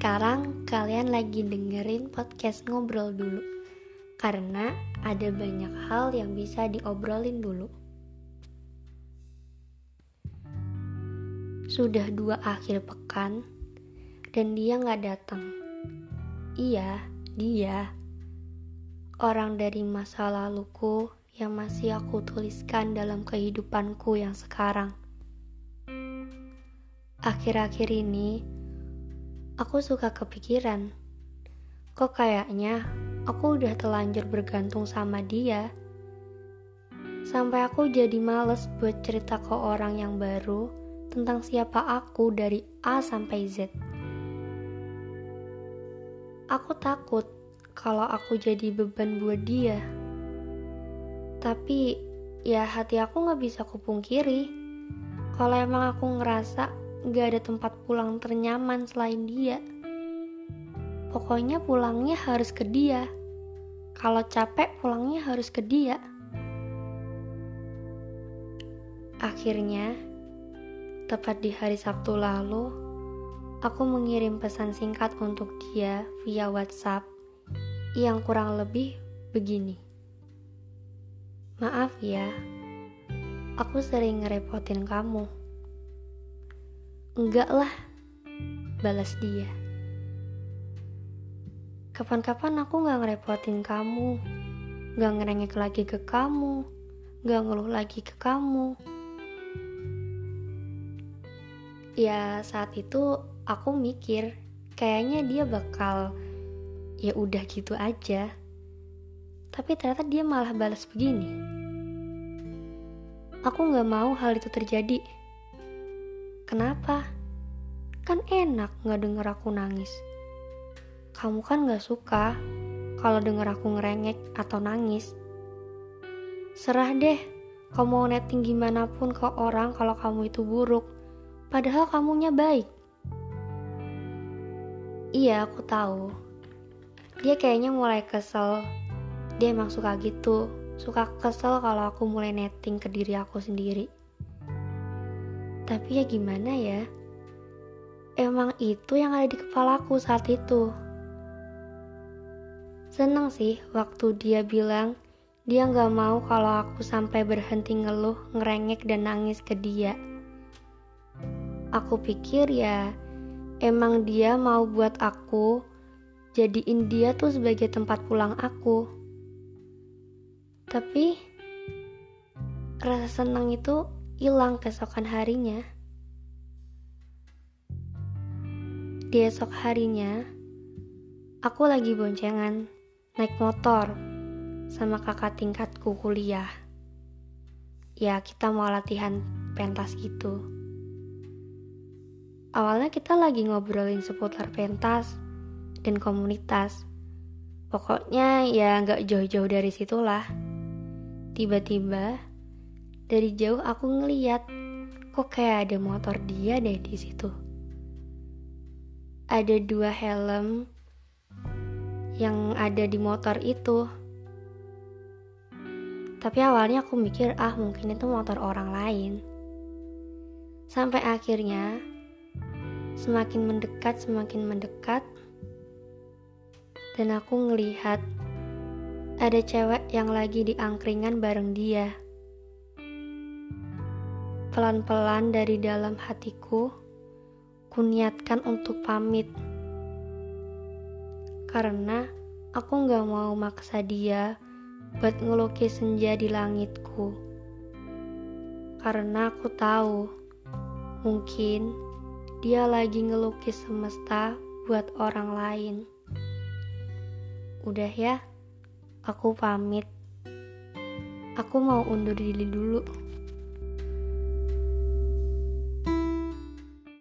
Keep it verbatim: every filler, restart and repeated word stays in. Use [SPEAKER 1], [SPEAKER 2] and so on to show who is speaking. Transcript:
[SPEAKER 1] Sekarang kalian lagi dengerin podcast Ngobrol Dulu, karena ada banyak hal yang bisa diobrolin dulu. Sudah dua akhir pekan, dan dia gak datang. Iya, dia. Orang dari masa laluku yang masih aku tuliskan dalam kehidupanku yang sekarang. Akhir-akhir ini, aku suka kepikiran, kok kayaknya aku udah telanjur bergantung sama dia. Sampai aku jadi males buat cerita ke orang yang baru tentang siapa aku dari A sampai Z. Aku takut kalau aku jadi beban buat dia. Tapi ya hati aku gak bisa kupungkiri kalau emang aku ngerasa gak ada tempat pulang ternyaman selain dia. Pokoknya pulangnya harus ke dia. Kalau capek pulangnya harus ke dia. Akhirnya, tepat di hari Sabtu lalu, aku mengirim pesan singkat untuk dia via WhatsApp yang kurang lebih begini. Maaf ya, aku sering ngerepotin kamu. Enggak lah, balas dia. Kapan-kapan aku gak ngerepotin kamu, gak ngerengek lagi ke kamu, gak ngeluh lagi ke kamu. Ya saat itu aku mikir, kayaknya dia bakal ya udah gitu aja. Tapi ternyata dia malah balas begini. Aku gak mau hal itu terjadi. Kenapa? Kan enak gak denger aku nangis. Kamu kan gak suka kalau denger aku ngerengek atau nangis. Serah deh, kamu mau netting gimana pun ke orang kalau kamu itu buruk, padahal kamunya baik. Iya, aku tahu. Dia kayaknya mulai kesel. Dia emang suka gitu, suka kesel kalau aku mulai netting ke diri aku sendiri. Tapi ya gimana ya? Emang itu yang ada di kepalaku saat itu. Seneng sih waktu dia bilang dia gak mau kalau aku sampai berhenti ngeluh, ngerengek dan nangis ke dia. Aku pikir ya emang dia mau buat aku jadiin dia tuh sebagai tempat pulang aku. Tapi rasa senang itu hilang keesokan harinya. Di esok harinya, aku lagi boncengan, naik motor, sama kakak tingkatku kuliah. Ya, kita mau latihan pentas gitu. Awalnya kita lagi ngobrolin seputar pentas dan komunitas. Pokoknya ya gak jauh-jauh dari situlah. Tiba-tiba, dari jauh aku ngeliat, kok kayak ada motor dia deh di situ. Ada dua helm yang ada di motor itu. Tapi awalnya aku mikir, ah mungkin itu motor orang lain. Sampai akhirnya, semakin mendekat, semakin mendekat, dan aku ngelihat ada cewek yang lagi di angkringan bareng dia. Pelan-pelan dari dalam hatiku, kuniatkan untuk pamit. Karena aku gak mau maksa dia buat ngelukis senja di langitku. Karena aku tahu, mungkin dia lagi ngelukis semesta buat orang lain. Udah ya, aku pamit. Aku mau undur diri dulu.